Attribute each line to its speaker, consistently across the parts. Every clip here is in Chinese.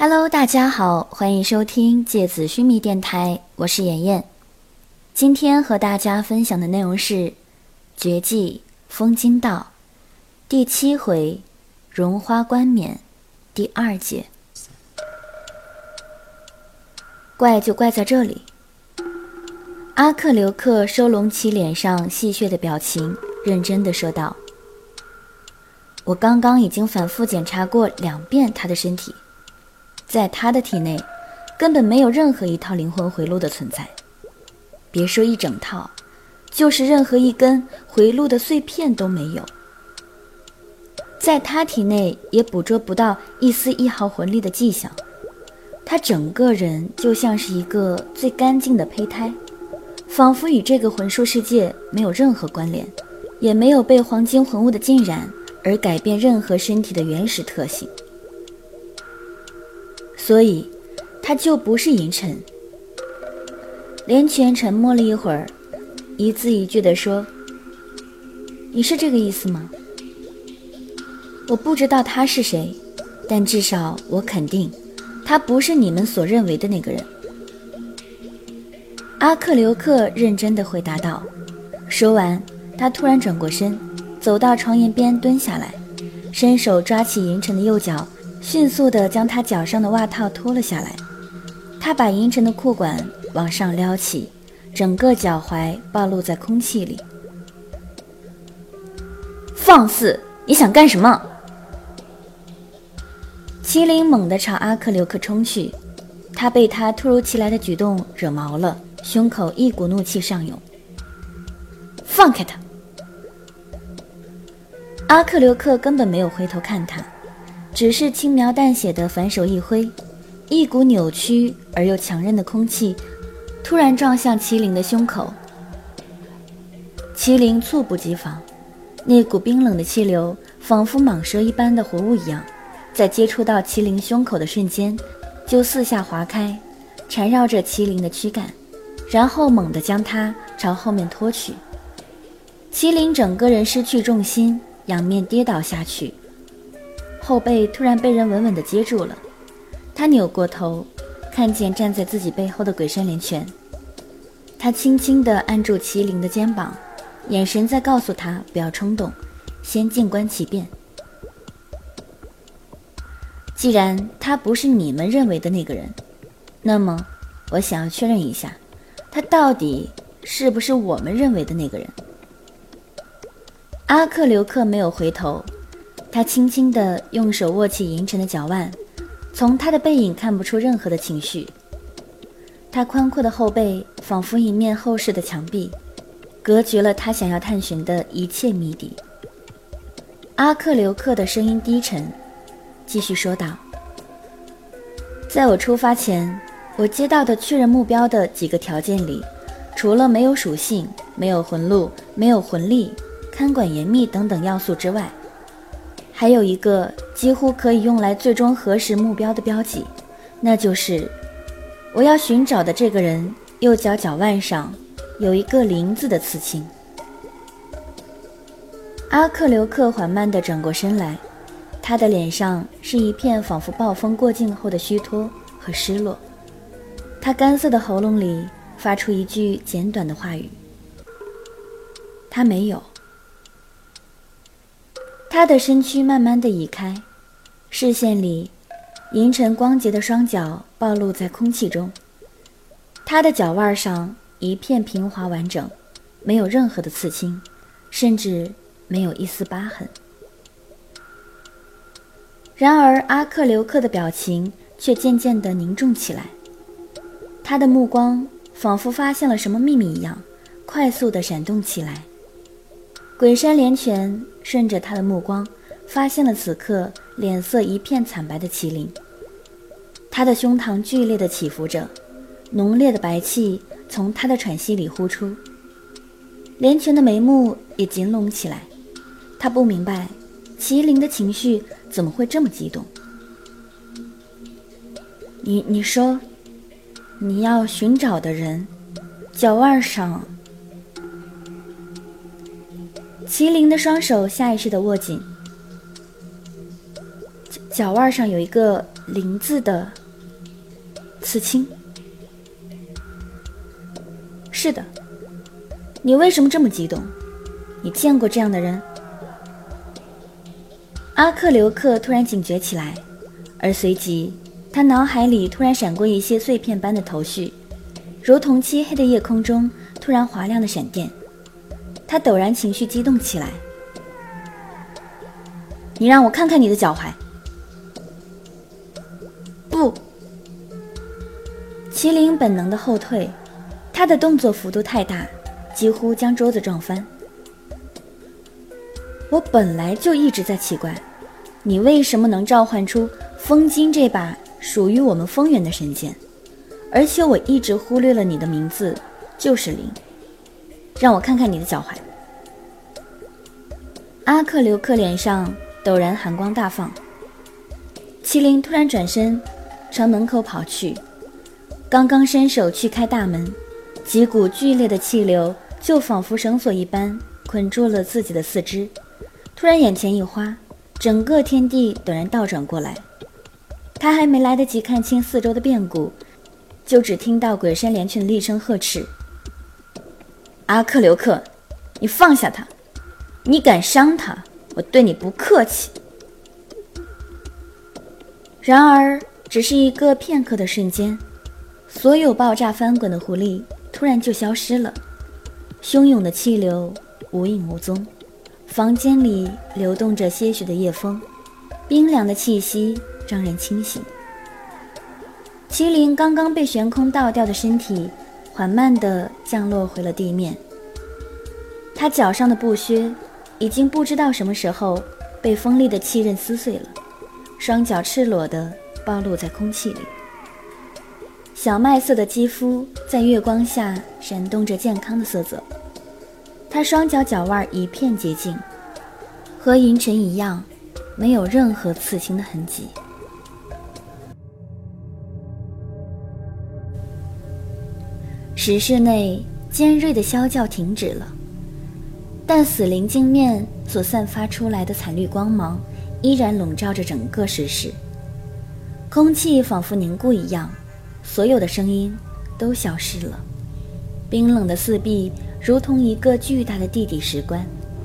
Speaker 1: Hello， 大家好，欢迎收听芥子须弥电台，我是妍妍。今天和大家分享的内容是绝技风金道第7回绒花冠冕第2节。怪就怪在这里。阿克留克收拢起脸上戏谑的表情，认真地说道：我刚刚已经反复检查过2遍他的身体，在他的体内根本没有任何一套灵魂回路的存在，别说一整套，就是任何一根回路的碎片都没有。在他体内也捕捉不到一丝一毫魂力的迹象，他整个人就像是一个最干净的胚胎，仿佛与这个魂术世界没有任何关联，也没有被黄金魂物的浸染而改变任何身体的原始特性。所以他就不是银尘。连泉沉默了一会儿，一字一句地说：你是这个意思吗？我不知道他是谁，但至少我肯定他不是你们所认为的那个人。阿克留克认真地回答道。说完，他突然转过身，走到床沿边蹲下来，伸手抓起银尘的右脚，迅速地将他脚上的袜套脱了下来。他把银尘的裤管往上撩起，整个脚踝暴露在空气里。放肆！你想干什么？麒麟猛地朝阿克留克冲去，他被他突如其来的举动惹毛了，胸口一股怒气上涌。放开他！阿克留克根本没有回头看他，只是轻描淡写的反手一挥，一股扭曲而又强韧的空气突然撞向麒麟的胸口。麒麟猝不及防，那股冰冷的气流仿佛蟒蛇一般的活物一样，在接触到麒麟胸口的瞬间就四下划开，缠绕着麒麟的躯干，然后猛地将它朝后面拖去。麒麟整个人失去重心，仰面跌倒下去，后背突然被人稳稳地接住了。他扭过头，看见站在自己背后的鬼山连泉，他轻轻地按住麒麟的肩膀，眼神在告诉他不要冲动，先静观其变。既然他不是你们认为的那个人，那么我想要确认一下，他到底是不是我们认为的那个人。阿克留克没有回头，他轻轻地用手握起银尘的脚腕，从他的背影看不出任何的情绪。他宽阔的后背仿佛一面厚实的墙壁，隔绝了他想要探寻的一切谜底。阿克留克的声音低沉，继续说道：在我出发前，我接到的确认目标的几个条件里，除了没有属性、没有魂路、没有魂力、看管严密等等要素之外，还有一个几乎可以用来最终核实目标的标记，那就是我要寻找的这个人右脚脚腕上有一个林字的刺青。阿克留克缓慢地转过身来，他的脸上是一片仿佛暴风过境后的虚脱和失落，他干涩的喉咙里发出一句简短的话语：他没有。他的身躯慢慢地移开，视线里银尘光洁的双脚暴露在空气中，他的脚腕上一片平滑完整，没有任何的刺青，甚至没有一丝疤痕。然而阿克留克的表情却渐渐地凝重起来，他的目光仿佛发现了什么秘密一样，快速地闪动起来。鬼山连泉顺着他的目光发现了此刻脸色一片惨白的麒麟，他的胸膛剧烈地起伏着，浓烈的白气从他的喘息里呼出。连泉的眉目也紧拢起来，他不明白麒麟的情绪怎么会这么激动。你说你要寻找的人脚腕上……麒麟的双手下意识地握紧，脚腕上有一个林字的刺青。是的。你为什么这么激动？你见过这样的人？阿克留克突然警觉起来，而随即他脑海里突然闪过一些碎片般的头绪，如同漆黑的夜空中突然划亮的闪电。他陡然情绪激动起来。你让我看看你的脚踝。不。麒麟本能的后退，他的动作幅度太大，几乎将桌子撞翻。我本来就一直在奇怪，你为什么能召唤出风金这把属于我们风源的神剑，而且我一直忽略了你的名字就是灵。让我看看你的脚踝。阿克留克脸上陡然寒光大放，麒麟突然转身朝门口跑去，刚刚伸手去开大门，几股剧烈的气流就仿佛绳索一般捆住了自己的四肢。突然眼前一花，整个天地陡然倒转过来。他还没来得及看清四周的变故，就只听到鬼山连群的厉声呵斥：阿克留克，你放下他，你敢伤他，我对你不客气。然而只是一个片刻的瞬间，所有爆炸翻滚的狐狸突然就消失了，汹涌的气流无影无踪，房间里流动着些许的夜风，冰凉的气息让人清醒。麒麟刚刚被悬空倒掉的身体缓慢地降落回了地面，他脚上的布靴已经不知道什么时候被锋利的气刃撕碎了，双脚赤裸地暴露在空气里。小麦色的肌肤在月光下闪动着健康的色泽，他双脚脚腕一片洁净，和银尘一样，没有任何刺青的痕迹。石室内尖锐的啸叫停止了，但死灵镜面所散发出来的惨绿光芒依然笼罩着整个石室，空气仿佛凝固一样，所有的声音都消失了，冰冷的四壁如同一个巨大的地底石棺。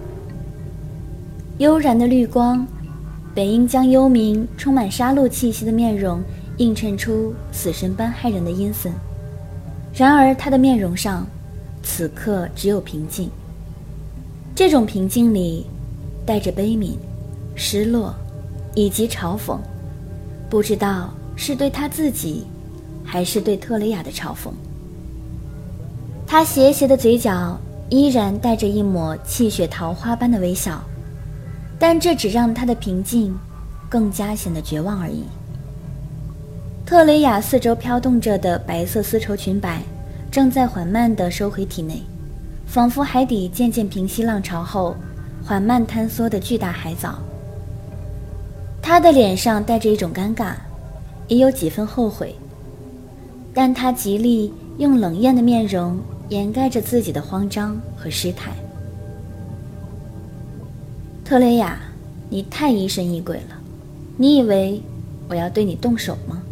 Speaker 1: 悠然的绿光本应将幽冥充满杀戮气息的面容映衬出死神般骇人的阴森，然而他的面容上此刻只有平静，这种平静里带着悲悯、失落以及嘲讽，不知道是对他自己还是对特雷雅的嘲讽。他斜斜的嘴角依然带着一抹泣血桃花般的微笑，但这只让他的平静更加显得绝望而已。特雷雅四周飘动着的白色丝绸裙摆正在缓慢地收回体内，仿佛海底渐渐平息浪潮后缓慢坍缩的巨大海藻。他的脸上带着一种尴尬，也有几分后悔，但他极力用冷艳的面容掩盖着自己的慌张和失态。特雷雅，你太疑神疑鬼了，你以为我要对你动手吗？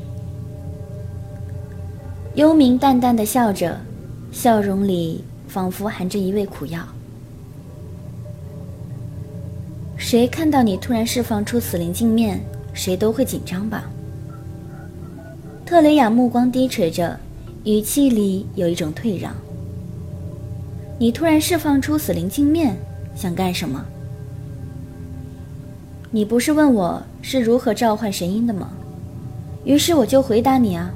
Speaker 1: 幽冥淡淡地笑着，笑容里仿佛含着一味苦药。谁看到你突然释放出死灵镜面，谁都会紧张吧。特雷雅目光低垂着，语气里有一种退让。你突然释放出死灵镜面，想干什么？你不是问我是如何召唤神鹰的吗？于是我就回答你啊。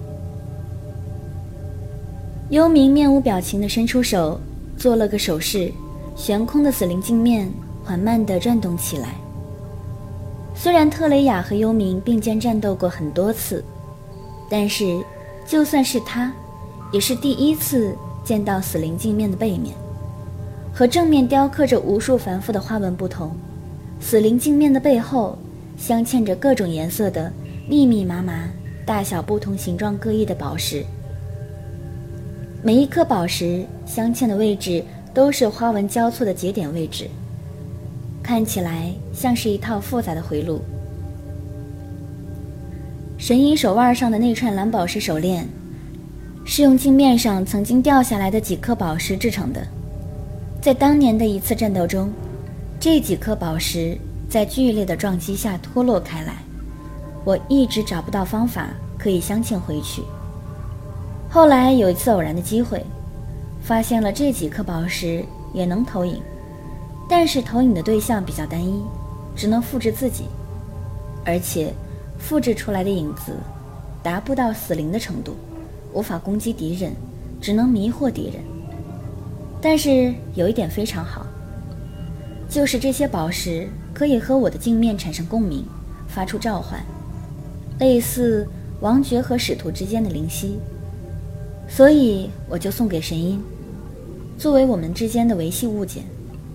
Speaker 1: 幽冥面无表情地伸出手，做了个手势，悬空的死灵镜面缓慢地转动起来。虽然特雷雅和幽冥并肩战斗过很多次，但是就算是他，也是第一次见到死灵镜面的背面。和正面雕刻着无数繁复的花纹不同，死灵镜面的背后镶嵌着各种颜色的密密麻麻、大小不同、形状各异的宝石。每一颗宝石镶嵌的位置都是花纹交错的节点位置，看起来像是一套复杂的回路。 神医手腕上的那串蓝宝石手链，是用镜面上曾经掉下来的几颗宝石制成的。在当年的一次战斗中，这几颗宝石在剧烈的撞击下脱落开来，我一直找不到方法可以镶嵌回去。后来有一次偶然的机会，发现了这几颗宝石也能投影，但是投影的对象比较单一，只能复制自己，而且复制出来的影子达不到死灵的程度，无法攻击敌人，只能迷惑敌人。但是有一点非常好，就是这些宝石可以和我的镜面产生共鸣，发出召唤，类似王爵和使徒之间的灵犀，所以我就送给神鹰，作为我们之间的维系物件。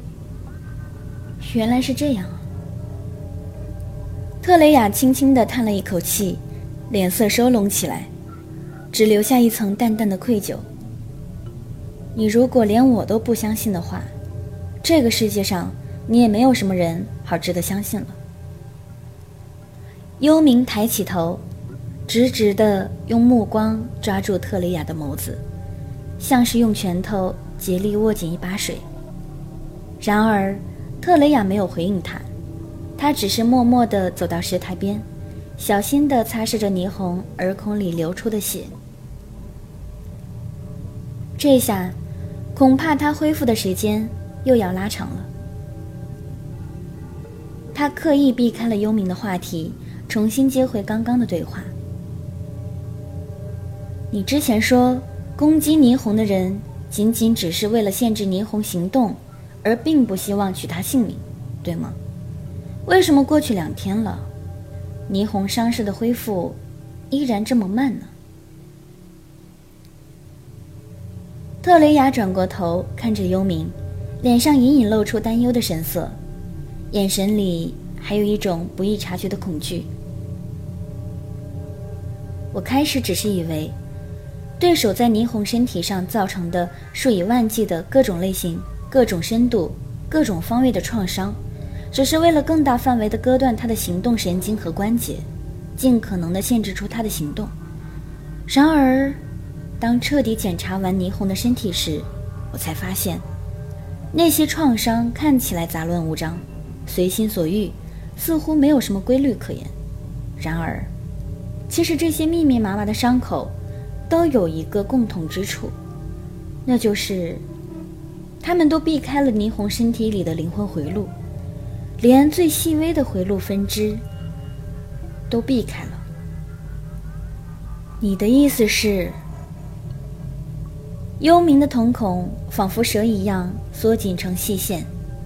Speaker 1: 原来是这样啊。特雷雅轻轻地叹了一口气，脸色收拢起来，只留下一层淡淡的愧疚。你如果连我都不相信的话，这个世界上你也没有什么人好值得相信了。幽冥抬起头，直直地用目光抓住特雷雅的眸子，像是用拳头竭力握紧一把水。然而特雷雅没有回应他，他只是默默地走到石台边，小心地擦拭着霓虹耳孔里流出的血。这下恐怕他恢复的时间又要拉长了。他刻意避开了幽冥的话题，重新接回刚刚的对话。你之前说攻击霓虹的人仅仅只是为了限制霓虹行动，而并不希望取他性命，对吗？为什么过去2天了，霓虹伤势的恢复依然这么慢呢？特雷雅转过头看着幽冥，脸上隐隐露出担忧的神色，眼神里还有一种不易察觉的恐惧。我开始只是以为，对手在霓虹身体上造成的数以万计的各种类型、各种深度、各种方位的创伤，只是为了更大范围地割断他的行动神经和关节，尽可能地限制住他的行动。然而当彻底检查完霓虹的身体时，我才发现那些创伤看起来杂乱无章，随心所欲，似乎没有什么规律可言。然而其实这些密密麻麻的伤口都有一个共同之处，那就是他们都避开了霓虹身体里的灵魂回路，连最细微的回路分支都避开了。你的意思是？幽冥的瞳孔仿佛蛇一样缩紧成细线。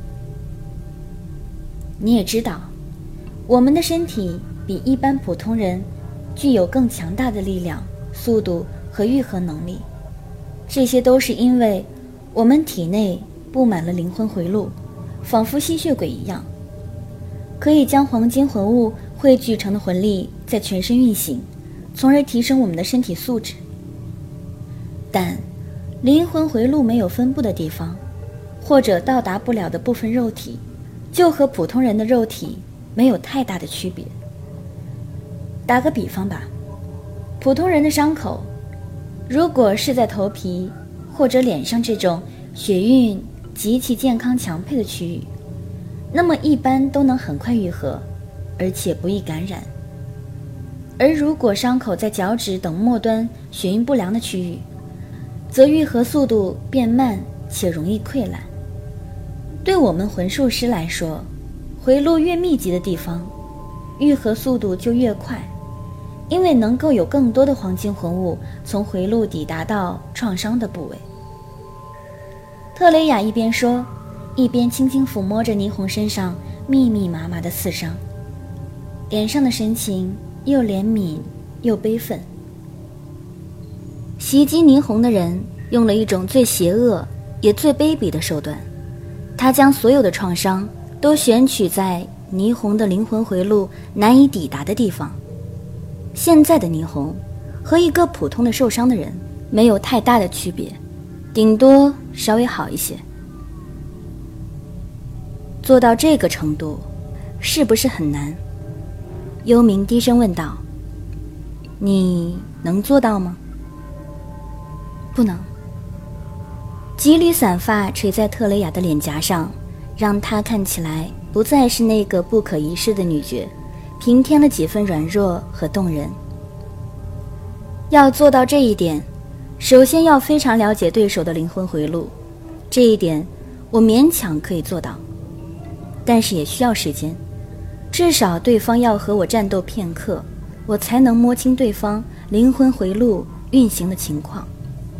Speaker 1: 你也知道，我们的身体比一般普通人具有更强大的力量、速度和愈合能力，这些都是因为我们体内布满了灵魂回路，仿佛吸血鬼一样，可以将黄金魂物汇聚成的魂力在全身运行，从而提升我们的身体素质。但灵魂回路没有分布的地方，或者到达不了的部分肉体，就和普通人的肉体没有太大的区别。打个比方吧，普通人的伤口，如果是在头皮或者脸上这种血运极其健康强配的区域，那么一般都能很快愈合，而且不易感染。而如果伤口在脚趾等末端血运不良的区域，则愈合速度变慢且容易溃烂。对我们魂术师来说，回路越密集的地方，愈合速度就越快，因为能够有更多的黄金魂物从回路抵达到创伤的部位。特雷雅一边说，一边轻轻抚摸着霓虹身上密密麻麻的刺伤，脸上的神情又怜悯又悲愤。袭击霓虹的人用了一种最邪恶也最卑鄙的手段，他将所有的创伤都选取在霓虹的灵魂回路难以抵达的地方。现在的霓虹和一个普通的受伤的人没有太大的区别，顶多稍微好一些。做到这个程度是不是很难？幽冥低声问道。 你能做到吗？不能。几缕散发垂在特蕾雅的脸颊上，让她看起来不再是那个不可一世的女角，平添了几分软弱和动人。要做到这一点，首先要非常了解对手的灵魂回路，这一点我勉强可以做到，但是也需要时间，至少对方要和我战斗片刻，我才能摸清对方灵魂回路运行的情况。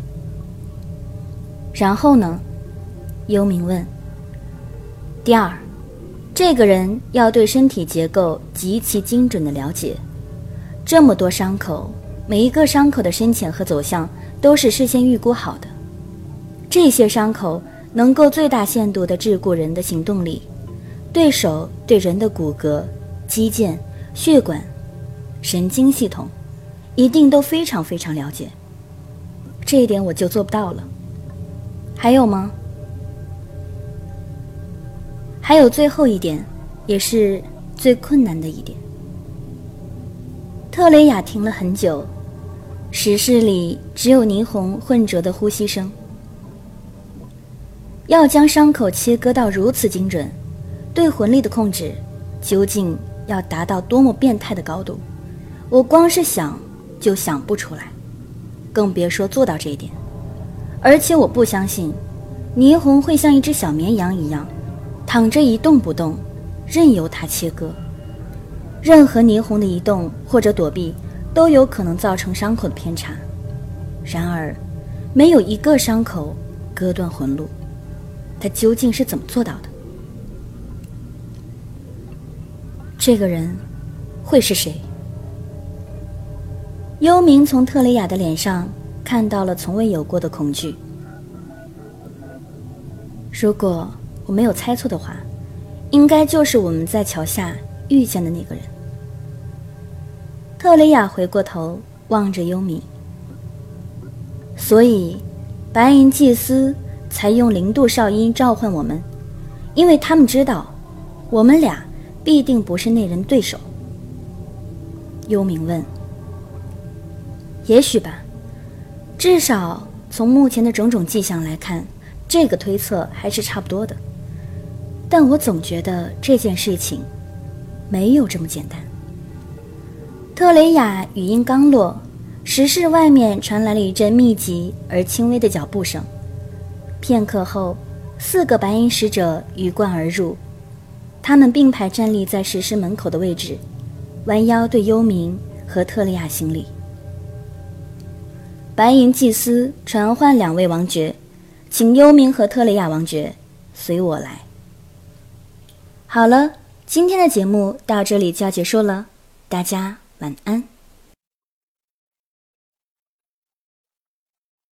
Speaker 1: 然后呢？幽冥问。第二，这个人要对身体结构极其精准的了解，这么多伤口，每一个伤口的深浅和走向都是事先预估好的，这些伤口能够最大限度地桎梏人的行动力，对手对人的骨骼、肌腱、血管、神经系统一定都非常非常了解，这一点我就做不到了。还有吗？还有最后一点，也是最困难的一点。特蕾雅停了很久，石室里只有霓虹混浊的呼吸声。要将伤口切割到如此精准，对魂力的控制究竟要达到多么变态的高度，我光是想就想不出来，更别说做到这一点。而且我不相信霓虹会像一只小绵羊一样躺着一动不动，任由它切割。任何霓虹的移动或者躲避都有可能造成伤口的偏差，然而没有一个伤口割断魂路，他究竟是怎么做到的？这个人会是谁？幽冥从特蕾雅的脸上看到了从未有过的恐惧。如果我没有猜错的话，应该就是我们在桥下遇见的那个人。特蕾雅回过头望着幽冥。所以白银祭司才用0度哨音召唤我们，因为他们知道我们俩必定不是那人对手。幽冥问。也许吧，至少从目前的种种迹象来看，这个推测还是差不多的。但我总觉得这件事情没有这么简单。特蕾雅语音刚落，石室外面传来了一阵密集而轻微的脚步声。片刻后，4个白银使者鱼贯而入，他们并排站立在石室门口的位置，弯腰对幽冥和特蕾雅行礼。白银祭司传唤2位王爵，请幽冥和特蕾雅王爵随我来。好了，今天的节目到这里就要结束了，大家晚安。